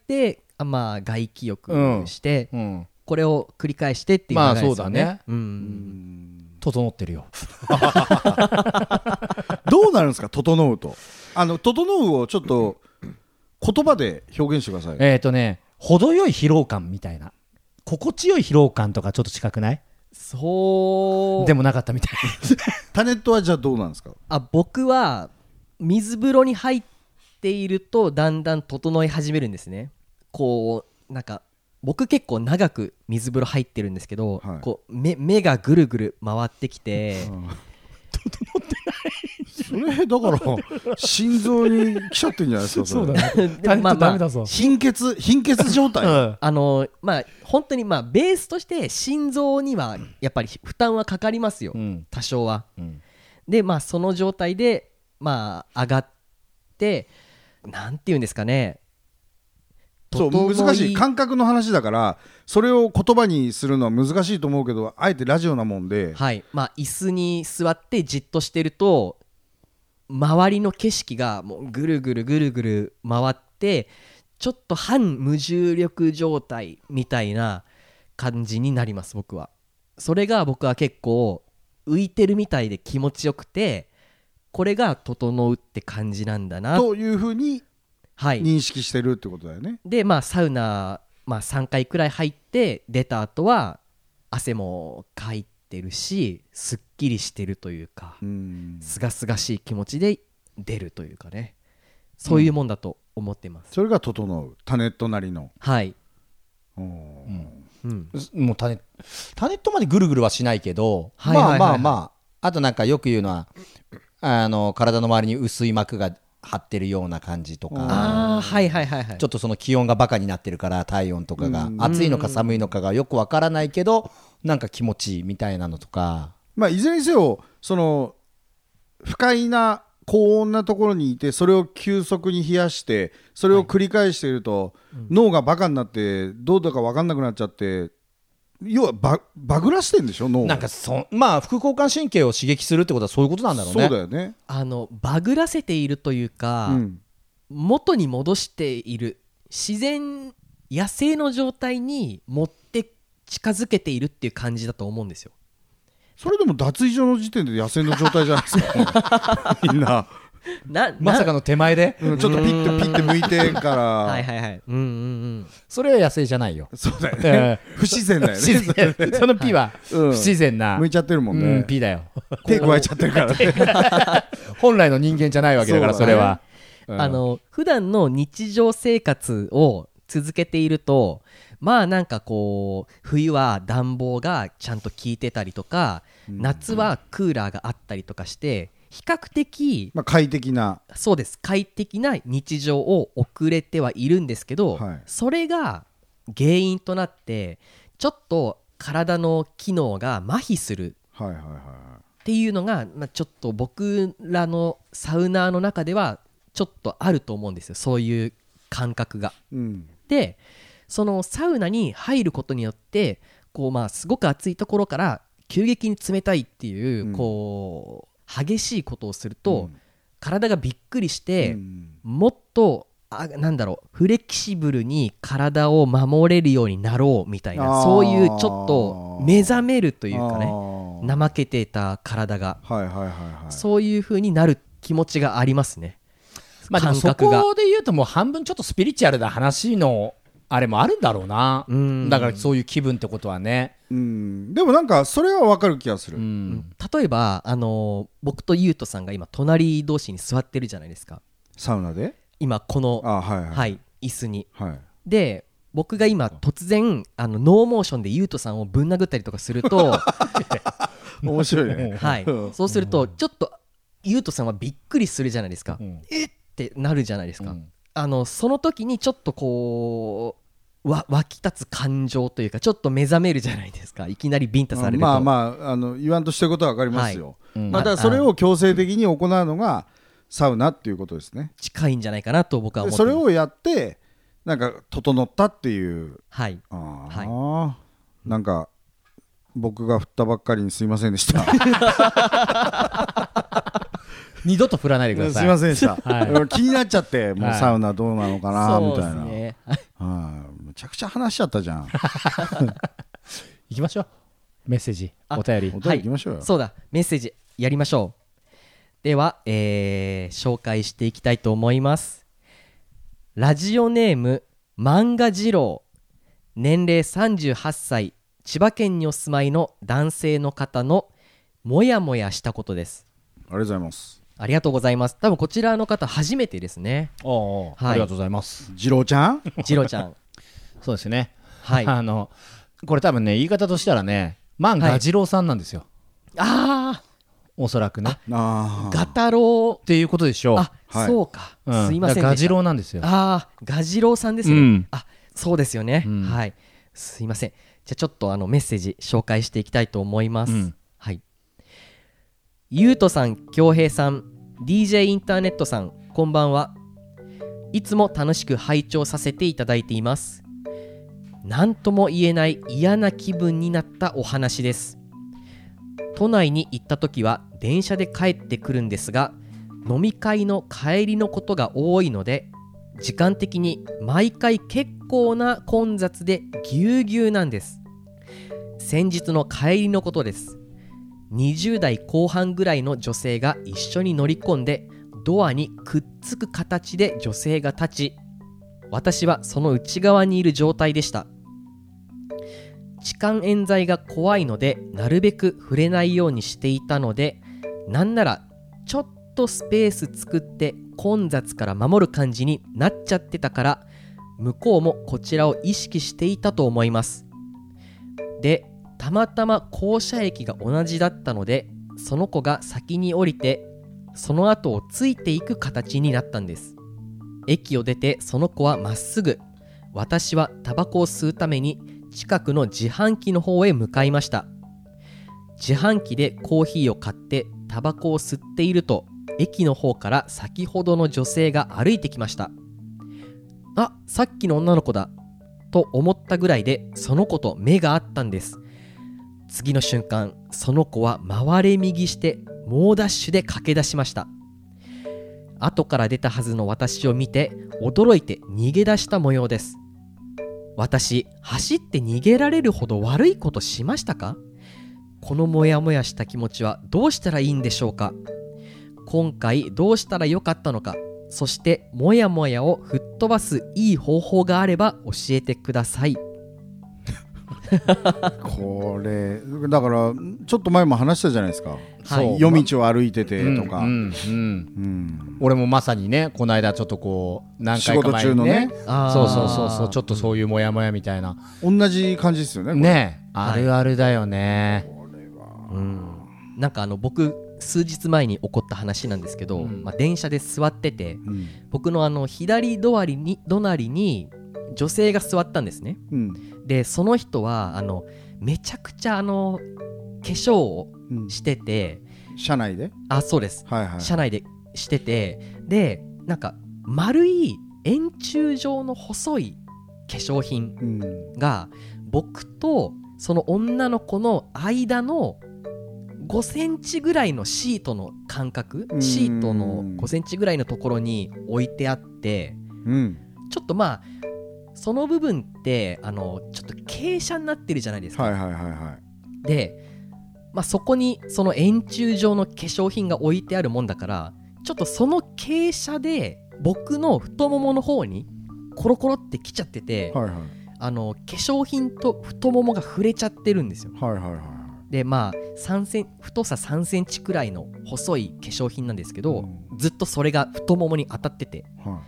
Speaker 2: あ、まあ、外気浴して、うんうん、これを繰り返してっていう流れですよね。まあそうだね、うん、うん、
Speaker 3: 整ってるよ。
Speaker 4: どうなるんですか、整うと。あの整うをちょっと言葉で表現してください。
Speaker 3: えっとね、程よい疲労感みたいな、心地よい疲労感とかちょっと近くない？
Speaker 2: そう
Speaker 3: でもなかったみたい。
Speaker 4: タネットはじゃあどうなんですか。
Speaker 2: あ、僕は水風呂に入っているとだんだん整い始めるんですね。こうなんか僕結構長く水風呂入ってるんですけど、はい、こう 目, 目がぐるぐる回ってきて、うん、整
Speaker 4: ってない。それだから心臓に来ちゃってるんじゃないですか。そ
Speaker 3: うだね。でもまあまあ
Speaker 4: 貧血貧血状態、うん、
Speaker 2: あのまあ本当にまあベースとして心臓にはやっぱり負担はかかりますよ、うん、多少は、うん、でまあその状態でまあ上がって、なんていうんですかね、
Speaker 4: そう難しい感覚の話だから、それを言葉にするのは難しいと思うけど、あえてラジオなもんで、
Speaker 2: はい、まあ椅子に座ってじっとしてると周りの景色がもうぐるぐるぐるぐる回って、ちょっと半無重力状態みたいな感じになります、僕は。それが僕は結構浮いてるみたいで気持ちよくて、これが整うって感じなんだな
Speaker 4: というふうに認識してるってことだよね、はい、
Speaker 2: でまあサウナ、まあ、さんかいくらい入って出た後は汗もかいてるし、すっきりしてるというか、すがすがしい気持ちで出るというかね、そういうもんだと思ってます、うん、
Speaker 4: それが整う、タネットなりの。
Speaker 2: はい、
Speaker 3: うんうん、もうタネ、タネットまでぐるぐるはしないけど、はいはいはいはい、まあまあまあ、あとなんかよく言うのは、あの体の周りに薄い膜が張ってるような感じとか、
Speaker 2: あ、はいはいはいはい、
Speaker 3: ちょっとその気温がバカになってるから、体温とかが暑いのか寒いのかがよくわからないけどなんか気持ちいいみたいなのとか、
Speaker 4: まあいずれにせよその不快な高温なところにいてそれを急速に冷やしてそれを繰り返していると、はい、脳がバカになってどうだか分かんなくなっちゃって要は バ, バグらしてんでしょ脳
Speaker 3: なんかそまあ副交感神経を刺激するってことはそういうことなんだろうね。
Speaker 4: そうだよね。
Speaker 2: あのバグらせているというか、うん、元に戻している自然野生の状態に持って近づけているっていう感じだと思うんですよ。
Speaker 4: それでも脱衣所の時点で野生の状態じゃないですかみんな
Speaker 3: なまさかの手前で、
Speaker 4: うん、ちょっとピッてピッて向いてから
Speaker 2: はいはいはい、うんうんうん、
Speaker 3: それは野生じゃないよ。
Speaker 4: そうだよね、不自然だよね
Speaker 3: そのピは不自然な、
Speaker 4: うん、向いちゃってるもんね、
Speaker 3: うん、ピだよ
Speaker 4: 手加えちゃってるからね
Speaker 3: 本来の人間じゃないわけだからそれは、
Speaker 2: うん、あの普段の日常生活を続けているとまあなんかこう冬は暖房がちゃんと効いてたりとか、うん、夏はクーラーがあったりとかして比較的、
Speaker 4: まあ、快適な
Speaker 2: そうです快適な日常を送れてはいるんですけど、はい、それが原因となってちょっと体の機能が麻痺するっていうのが、まあ、ちょっと僕らのサウナーの中ではちょっとあると思うんですよそういう感覚が、うん、でそのサウナに入ることによってこうまあすごく暑いところから急激に冷たいっていう、うん、こう激しいことをすると、うん、体がびっくりして、うん、もっとあなんだろうフレキシブルに体を守れるようになろうみたいなそういうちょっと目覚めるというかね怠けていた体が、はいはいはいはい、そういう風になる気持ちがありますね。
Speaker 3: まあ、でもそこで言うともう半分ちょっとスピリチュアルな話のあれもあるんだろうな。うんだからそういう気分ってことはね。
Speaker 4: うんでもなんかそれは分かる気がする。
Speaker 2: うん例えば、あのー、僕とゆうとさんが今隣同士に座ってるじゃないですか
Speaker 4: サウナで
Speaker 2: 今この、
Speaker 4: あ、はいはいはい、
Speaker 2: 椅子に、
Speaker 4: はい、
Speaker 2: で僕が今突然あのノーモーションでゆうとさんをぶん殴ったりとかすると
Speaker 4: 面白いね、
Speaker 2: はい、そうするとちょっとゆうとさんはびっくりするじゃないですか、うん、えってなるじゃないですか、うん、あのその時にちょっとこうわ湧き立つ感情というかちょっと目覚めるじゃないですかいきなりビンタされると、
Speaker 4: まあまあ、あの言わんとしてることは分かりますよ、はいうん、またそれを強制的に行うのがサウナっていうことですね。
Speaker 2: 近いんじゃないかなと僕は思って
Speaker 4: それをやってなんか整ったっていう
Speaker 2: はい
Speaker 4: あ、はい、なんか僕が振ったばっかりにすいませんでした
Speaker 3: 二度と振らないでください。
Speaker 4: すいませんでした、はい、気になっちゃってもうサウナどうなのかな、はい、みたいな、そうですね、はい、むちゃくちゃ話しちゃったじゃん
Speaker 3: 行きましょうメッセージお便り
Speaker 4: お便り行きましょうよ、
Speaker 2: はい、そうだメッセージやりましょう。では、えー、紹介していきたいと思います。ラジオネーム漫画二郎、年齢さんじゅうはっさい、千葉県にお住まいの男性の方のモヤモヤしたことです。
Speaker 4: ありがとうございます。
Speaker 2: ありがとうございます。多分こちらの方初めてですね。
Speaker 3: あ、はい、ありがとうございます。
Speaker 4: 二郎ちゃん
Speaker 2: 二郎ちゃん
Speaker 3: そうですね、
Speaker 2: はい、
Speaker 3: あのこれ多分ね言い方としたらね漫画二郎さんなんですよ、
Speaker 2: はい、ああ
Speaker 3: おそらくね
Speaker 2: あガタロウ
Speaker 3: っていうことでしょう。
Speaker 2: あ、はい、そうか、うん、すいませんでした。
Speaker 3: ガジロウなんですよ。
Speaker 2: ああガジロウさんですね、うん、あそうですよね、うん、はいすいません。じゃあちょっとあのメッセージ紹介していきたいと思います、うん、はい。ゆうとさん、恭平さん、 ディージェー インターネットさん、こんばんは。いつも楽しく拝聴させていただいています。なんとも言えない嫌な気分になったお話です。都内に行った時は電車で帰ってくるんですが、飲み会の帰りのことが多いので時間的に毎回結構な混雑でぎゅうぎゅうなんです。先日の帰りのことです。にじゅう代後半ぐらいの女性が一緒に乗り込んでドアにくっつく形で女性が立ち、私はその内側にいる状態でした。痴漢冤罪が怖いのでなるべく触れないようにしていたので、なんならちょっとスペース作って混雑から守る感じになっちゃってたから、向こうもこちらを意識していたと思います。で、たまたま降車駅が同じだったので、その子が先に降りてその後をついていく形になったんです。駅を出てその子はまっすぐ、私はタバコを吸うために近くの自販機の方へ向かいました。自販機でコーヒーを買ってタバコを吸っていると、駅の方から先ほどの女性が歩いてきました。あ、さっきの女の子だと思ったぐらいで、その子と目が合ったんです。次の瞬間、その子は回れ右して猛ダッシュで駆け出しました。後から出たはずの私を見て驚いて逃げ出した模様です。私、走って逃げられるほど悪いことしましたか？このモヤモヤした気持ちはどうしたらいいんでしょうか？今回どうしたらよかったのか、そしてモヤモヤを吹っ飛ばすいい方法があれば教えてください。
Speaker 4: これだからちょっと前も話したじゃないですか、はい、夜道を歩いててとか、うんうんうんうん、
Speaker 3: 俺もまさにね、この間ちょっとこう何回か前にね、仕事中のね、そうそうそうそう、ちょっとそういうモヤモヤみたいな、
Speaker 4: 同じ感じですよね。
Speaker 3: ね、あるあるだよね。
Speaker 2: これは、うん、なんかあの僕数日前に起こった話なんですけど、うんまあ、電車で座ってて、うん、僕のあの左隣に隣に女性が座ったんですね、うん、でその人はあのめちゃくちゃあの化粧をしてて、
Speaker 4: うん、車内で
Speaker 2: あそうです、はいはい、車内でしてて、でなんか丸い円柱状の細い化粧品が、うん、僕とその女の子の間のごセンチぐらいのシートの間隔、シートのごセンチぐらいのところに置いてあって、うん、ちょっとまあその部分ってあのちょっと傾斜になってるじゃないですか、はいはいはいはい、で、まあ、そこにその円柱状の化粧品が置いてあるもんだから、ちょっとその傾斜で僕の太ももの方にコロコロってきちゃってて、はいはい、あの化粧品と太ももが触れちゃってるんですよ、はいはいはい、でまあさんセン太ささんセンチくらいの細い化粧品なんですけど、うん、ずっとそれが太ももに当たってて、はい、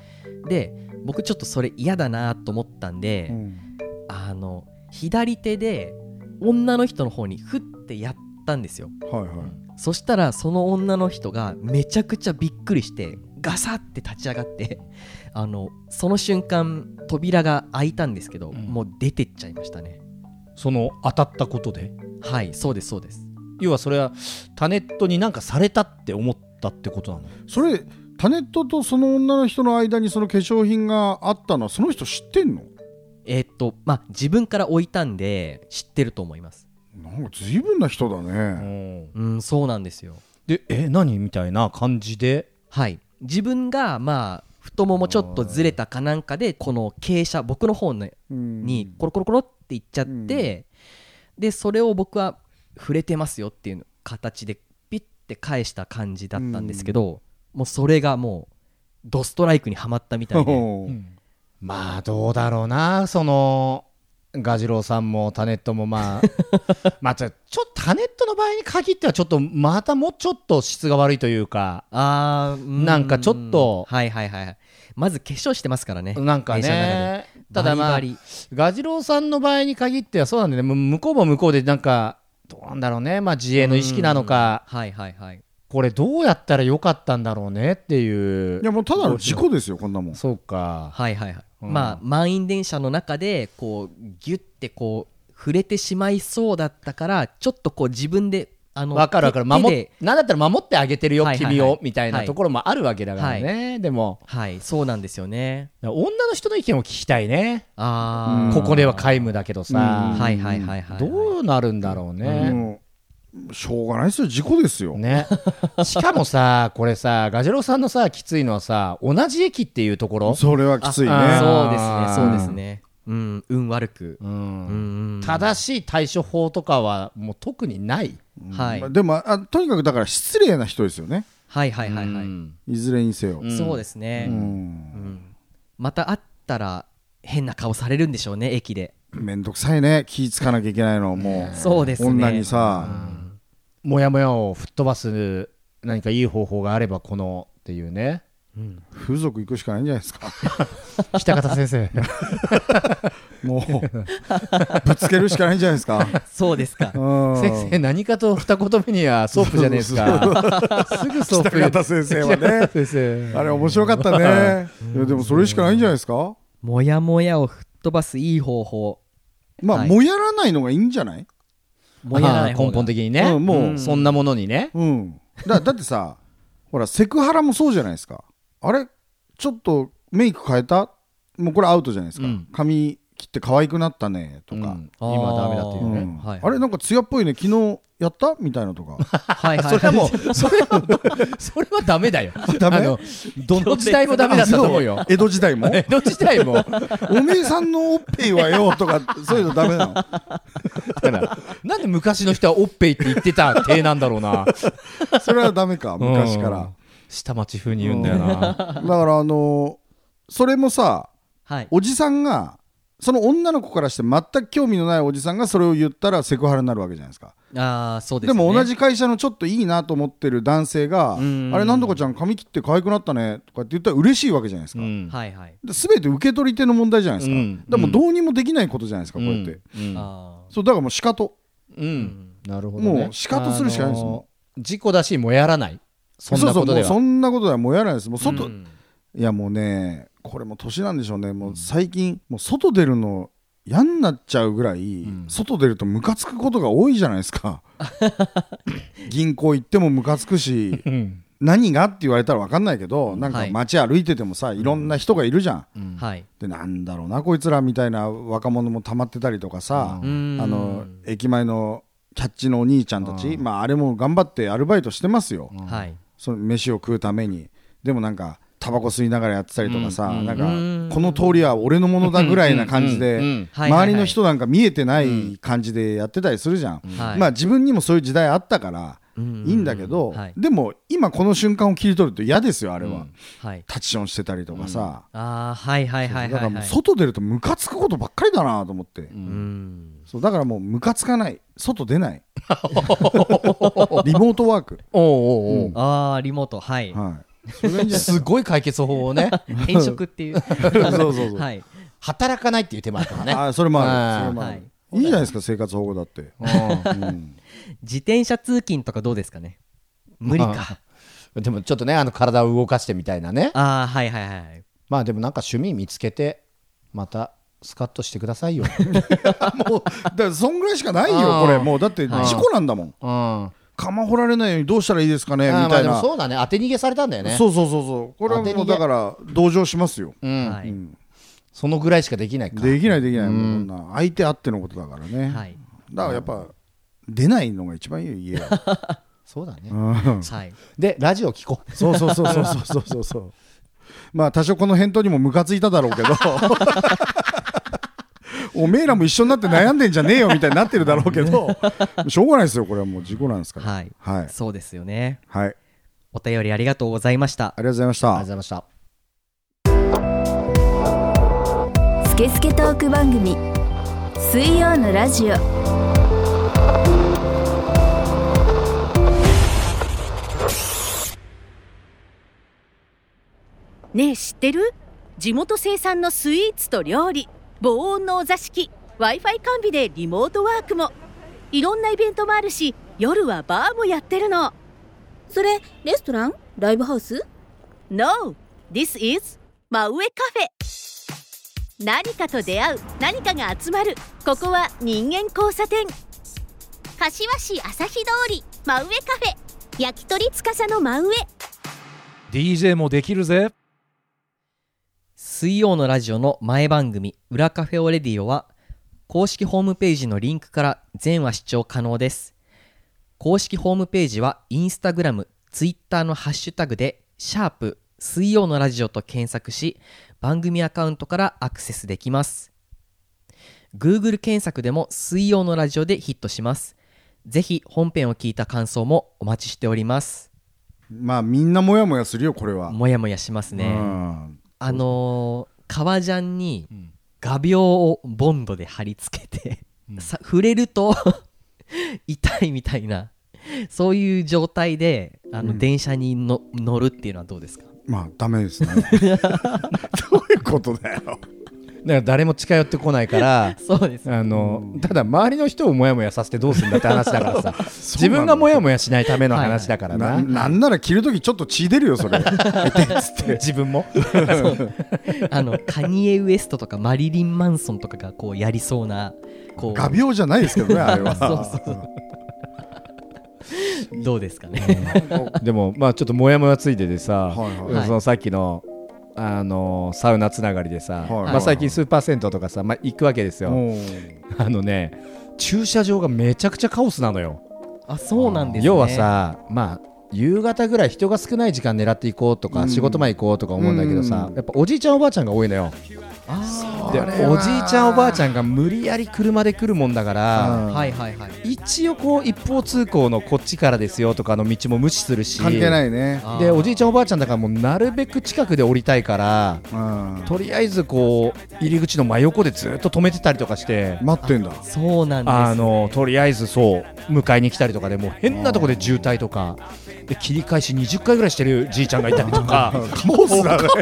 Speaker 2: で僕ちょっとそれ嫌だなと思ったんで、うん、あの左手で女の人の方にフッてやったんですよ、はいはい、そしたらその女の人がめちゃくちゃびっくりしてガサって立ち上がってあのその瞬間扉が開いたんですけど、うん、もう出てっちゃいましたね。
Speaker 3: その当たったことで？
Speaker 2: はい、そうですそうです。
Speaker 3: 要はそれはタネットになんかされたって思ったってことなの？
Speaker 4: それタネットとその女の人の間にその化粧品があったのはその人知ってんの？
Speaker 2: えー、っとまあ自分から置いたんで知ってると思います。
Speaker 4: なんか随分な人だね。
Speaker 2: うん、そうなんですよ。
Speaker 3: でえ何みたいな感じで、
Speaker 2: はい自分がまあ太ももちょっとずれたかなんかでこの傾斜僕の方にコロコロコロっていっちゃって、でそれを僕は触れてますよっていう形でピッて返した感じだったんですけど、もうそれがもうドストライクにはまったみたいで、うん、
Speaker 3: まあどうだろうな、そのガジロウさんもタネットもまあまあちょっとタネットの場合に限ってはちょっとまたもうちょっと質が悪いというか、あーんなんかちょっと
Speaker 2: はいはいはい、まず化粧してますからね、
Speaker 3: なんかね、ただまあバリバリガジロウさんの場合に限ってはそうなんでね、向こうも向こうでなんかどうなんだろうね、まあ自衛の意識なのか、はいはいはい、これどうやったらよかったんだろうねっていう。
Speaker 4: いやもうただの事故ですよこんなもん。
Speaker 3: そうか、
Speaker 2: はいはいはい、うん、まあ満員電車の中でこうギュッてこう触れてしまいそうだったから、ちょっとこう自分であの
Speaker 3: 分かる分かる、守っなんだったら守ってあげてるよ、はいはいはい、君をみたいなところもあるわけだからね、はい、でも
Speaker 2: はいそうなんですよね。
Speaker 3: 女の人の意見を聞きたいね。あここでは皆無だけどさ、
Speaker 2: はいはいはいはい、
Speaker 3: どうなるんだろうね、
Speaker 4: うん、しょうがないですよ、事故ですよ、
Speaker 3: ね、しかもさこれさガジロウさんのさきついのはさ同じ駅っていうところ、
Speaker 4: それはきついね。
Speaker 2: そうですねそうですね、うん、運悪く、うん
Speaker 3: うん、正しい対処法とかはもう特にない、
Speaker 4: うんはい、でもあとにかくだから失礼な人ですよね。
Speaker 2: はいはいはいはい、うん、
Speaker 4: いずれにせよ、
Speaker 2: うん、そうですね、うんうん、また会ったら変な顔されるんでしょうね、駅で。
Speaker 4: めんどくさいね、気ぃかなきゃいけないのもう
Speaker 2: そうですね、
Speaker 4: 女にさ、
Speaker 3: うん、もやもやを吹っ飛ばす何かいい方法があればこのっていうね、
Speaker 4: うん、風俗行くしかないんじゃないですか
Speaker 3: 北方先生
Speaker 4: もうぶつけるしかないんじゃないですか
Speaker 2: そうですか、
Speaker 3: 先生何かと二言目にはソープじゃないですかすぐソープ。
Speaker 4: 北方先生はね先生あれ面白かったねいやでもそれしかないんじゃないですか。
Speaker 2: もやもやを吹っ飛ばすいい方法、
Speaker 4: まあ、はい、もやらないのがいいんじゃない？
Speaker 3: もやらない根本的にね、うん、もうそんなものにね、
Speaker 4: うん、だ, だってさほらセクハラもそうじゃないですか。あれちょっとメイク変えた？もうこれアウトじゃないですか、うん、髪切って可愛くなったねとか、うん、
Speaker 3: 今ダメだっていうね、うん
Speaker 4: はいはい、あれなんか艶っぽいね昨日やったみたいなとか
Speaker 3: はい、はい、それはもうそれはそれはダメだよ。ダメ？あのどの時代もダメだったと思うよ。
Speaker 4: 江戸時代も
Speaker 3: 江戸時代も
Speaker 4: おめえさんのおっぺいはよとかそういうのダメなの？だ
Speaker 3: からなんで昔の人はおっぺいって言ってた体なんだろうな。
Speaker 4: それはダメか昔から、うん、
Speaker 3: 下町風に言うんだよな。
Speaker 4: だからあのー、それもさ、はい、おじさんがその女の子からして全く興味のないおじさんがそれを言ったらセクハラになるわけじゃないですか。
Speaker 3: あー、そうですね。
Speaker 4: でも同じ会社のちょっといいなと思ってる男性があれなんとかちゃん髪切って可愛くなったねとかって言ったら嬉しいわけじゃないですか、うんはいはい、で全て受け取り手の問題じゃないですか、うん、でもどうにもできないことじゃないですか、うん、こうやって、うん、あそうだからもう仕方、
Speaker 3: うん、なるほどね、
Speaker 4: もう仕方するしかないですもん、あの
Speaker 3: ー、事故だしもやらない、そんなことでは
Speaker 4: そうそう、もうそんなことではもうやらないです。もう外、うん、いやもうねこれも年なんでしょうね。もう最近もう外出るの嫌になっちゃうぐらい、うん、外出るとムカつくことが多いじゃないですか銀行行ってもムカつくし、うん、何がって言われたら分かんないけど、なんか街歩いててもさ、はい、いろんな人がいるじゃん、うん、でなんだろうなこいつらみたいな若者も溜まってたりとかさ、うん、あの駅前のキャッチのお兄ちゃんたち、うん、まああれも頑張ってアルバイトしてますよ、うん、その飯を食うために。でもなんかタバコ吸いながらやってたりとかさ、うん、なんかこの通りは俺のものだぐらいな感じで周りの人なんか見えてない感じでやってたりするじゃん、うんはい、まあ自分にもそういう時代あったからいいんだけど、はい、でも今この瞬間を切り取ると嫌ですよあれは、うんはい、タッチションしてたりとかさ、うん、
Speaker 3: あはいはいはいはい、はい、
Speaker 4: だからもう外出るとムカつくことばっかりだなと思って、うん、そうだからもうムカつかない、外出ないリモートワーク
Speaker 3: おうおうおう、うん、あーリモートはい、はいそれすごい解決法をね転職っていうそうそうそう、はい、働かないっていう手間あるからね。
Speaker 4: あそれもある、それもある、はい、いいじゃないですか生活保護だって、うん、
Speaker 3: 自転車通勤とかどうですかね。無理かでもちょっとねあの体を動かしてみたいなね。あはいはいはい。まあでもなんか趣味見つけてまたスカッとしてくださいよ
Speaker 4: もうだからそんぐらいしかないよこれ。もうだって事故なんだもん、うん釜掘られないようにどうしたらいいですかねみたいな。まあでも
Speaker 3: そうだね、当て逃げされたんだよね。
Speaker 4: そうそうそうそう、これはもうだから同情しますよ、うんはいうん、
Speaker 3: そのぐらいしかできないか。
Speaker 4: できないできない、うん、もうな相手あってのことだからね、はい、だからやっぱ出ないのが一番いいよ家は
Speaker 3: そうだね、うんはい、でラジオ聞こう
Speaker 4: そうそうそうそうそうそうそうまあ多少この返答にもムカついただろうけどおめえらも一緒になって悩んでんじゃねえよみたいになってるだろうけどしょうがないですよこれはもう事故なんですから、はいはい、
Speaker 3: そうですよね、
Speaker 4: はい、
Speaker 3: お便りありがとうございました。
Speaker 4: ありがとうございました。
Speaker 3: ありがとうございました。
Speaker 1: スケスケトーク番組水曜のラジオ。
Speaker 5: ねえ知ってる？地元生産のスイーツと料理、防音のお座敷、 Wi-Fi 完備でリモートワークも、いろんなイベントもあるし、夜はバーもやってるの。
Speaker 6: それレストラン？ライブハウス？
Speaker 5: No, this is 真上カフェ。何かと出会う、何かが集まる、ここは人間交差点。柏市朝日通り真上カフェ、焼き鳥司の真上。
Speaker 7: ディージェー もできるぜ。
Speaker 2: 水曜のラジオの前番組裏カフェオレディオは公式ホームページのリンクから全話視聴可能です。公式ホームページはインスタグラム、ツイッターのハッシュタグでシャープ水曜のラジオと検索し、番組アカウントからアクセスできます。 Google 検索でも水曜のラジオでヒットします。ぜひ本編を聞いた感想もお待ちしております。
Speaker 4: まあみんなモヤモヤするよこれは。
Speaker 2: モヤモヤしますね。あのー、革ジャンに画鋲をボンドで貼り付けて、うん、さ触れると痛いみたいな、そういう状態であの、うん、電車にの乗るっていうのはどうですか？
Speaker 4: まあダメですねどういうことだよ
Speaker 3: から誰も近寄ってこないから
Speaker 2: そうです、
Speaker 3: あのただ周りの人をモヤモヤさせてどうするんだって話だからさ自分がモヤモヤしないための話だからな、はいはい、
Speaker 4: な, なんなら着るときちょっと血出るよそれ
Speaker 3: 自分も
Speaker 2: あのカニエ・ウエストとかマリリン・マンソンとかがこうやりそうなこう
Speaker 4: 画鋲じゃないですけどねあれは
Speaker 2: そうそうそうどうですかね
Speaker 3: でもまあちょっとモヤモヤついててさ、はいはい、そのさっきのあのサウナつながりでさ、はいまあ、最近スーパー銭湯とかさ、まあ、行くわけですよ。あのね駐車場がめちゃくちゃカオスなのよ。
Speaker 2: あそうなんですね。
Speaker 3: 要はさまあ夕方ぐらい人が少ない時間狙っていこうとか、うん、仕事前行こうとか思うんだけどさ、うん、やっぱおじいちゃんおばあちゃんが多いのよ。あでおじいちゃんおばあちゃんが無理やり車で来るもんだから、うんはいはいはい、一応こう一方通行のこっちからですよとかの道も無視するし
Speaker 4: 関係ないね。
Speaker 3: でおじいちゃんおばあちゃんだからもうなるべく近くで降りたいから、うん、とりあえずこう入り口の真横でずっと止めてたりとかして
Speaker 4: 待ってんだ。
Speaker 2: そうなんです、ね、
Speaker 3: あのとりあえずそう迎えに来たりとかでもう変なとこで渋滞とかで切り返しにじゅっかいぐらいしてるじいちゃんがいたりとか
Speaker 4: カオスだね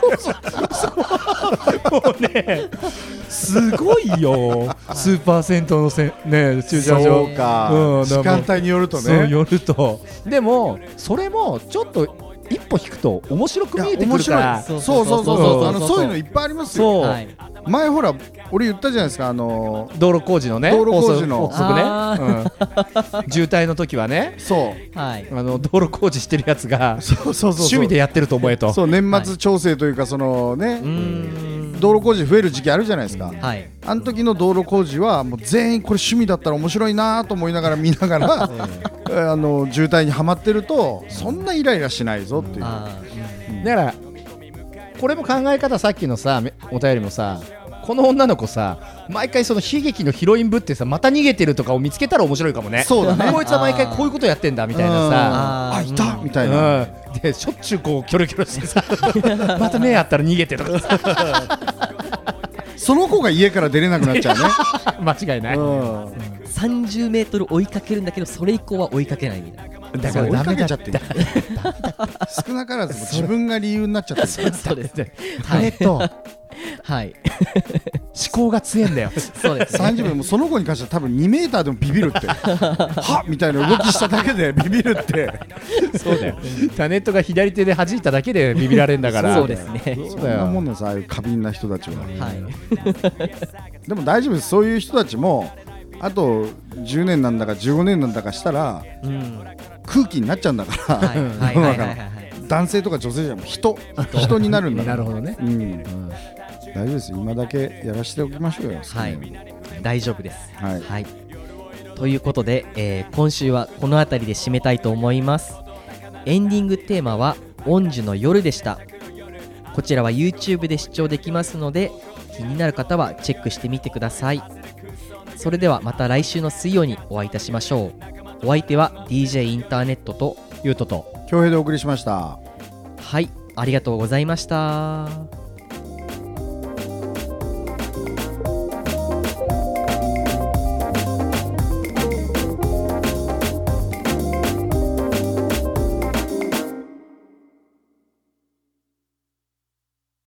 Speaker 3: もうねすごいよスーパー銭湯のせ、ね、駐車場
Speaker 4: そうか、うん、時間帯によるとね
Speaker 3: そうよるとでもそれもちょっと一歩引くと面白く見えてくるから
Speaker 4: そうそうそうそうそういうのいっぱいありますよ。そう、はい、前ほら俺言ったじゃないですかあの
Speaker 3: ー、道路工事のね
Speaker 4: 道路工事の
Speaker 3: 憶測ね、うん、渋滞の時はね
Speaker 4: そう、
Speaker 3: はい、あの道路工事してるやつがそうそうそうそう趣味でやってると思えと
Speaker 4: そう年末調整というかそのね、はい、うーん道路工事増える時期あるじゃないですか、はい、あの時の道路工事はもう全員これ趣味だったら面白いなと思いながら見ながらあの渋滞にはまってるとそんなイライラしないぞっていう、
Speaker 3: うん、だからこれも考え方さっきのさお便りもさこの女の子さ毎回その悲劇のヒロインぶってさまた逃げてるとかを見つけたら面白いかもね。
Speaker 4: そうだね
Speaker 3: こいつは毎回こういうことやってんだみたいなさ
Speaker 4: あ, あいた、うん、みたいな、
Speaker 3: うん、でしょっちゅうこうキョロキョロしてさまた目あったら逃げてとかさ
Speaker 4: その子が家から出れなくなっちゃうね
Speaker 3: 間違いない、うん、
Speaker 2: さんじゅうメートル追いかけるんだけどそれ以降は追いかけないみたいな。
Speaker 4: だから追いかけちゃってる少なからず自分が理由になっちゃってる
Speaker 2: そうですね
Speaker 3: タネット
Speaker 2: はい
Speaker 3: 思考が強いんだよ
Speaker 2: そうです、ね、
Speaker 4: さんじゅうびょうもその子に関しては多分にメーターでもビビるってはっみたいな動きしただけでビビるって
Speaker 3: そうだよタネットが左手で弾いただけでビビられるんだから
Speaker 2: そうですね
Speaker 4: そんなもんなんですああいう過敏な人たちは、はい、でも大丈夫ですそういう人たちもあとじゅうねんなんだかじゅうごねんなんだかしたら、うん、空気になっちゃうんだから男性とか女性じゃなくて人人になるんだから
Speaker 3: なるほどね、うんうん、
Speaker 4: 大丈夫です今だけやらせておきましょうよ。
Speaker 2: はい、大丈夫です、はいはい、ということで、えー、今週はこの辺りで締めたいと思います。エンディングテーマはオンジュの夜でした。こちらは YouTube で視聴できますので気になる方はチェックしてみてください。それではまた来週の水曜にお会いいたしましょう。お相手は ディージェー インターネットと
Speaker 3: ゆうとと
Speaker 4: 恭平でお送りしました。
Speaker 2: はい、ありがとうございました。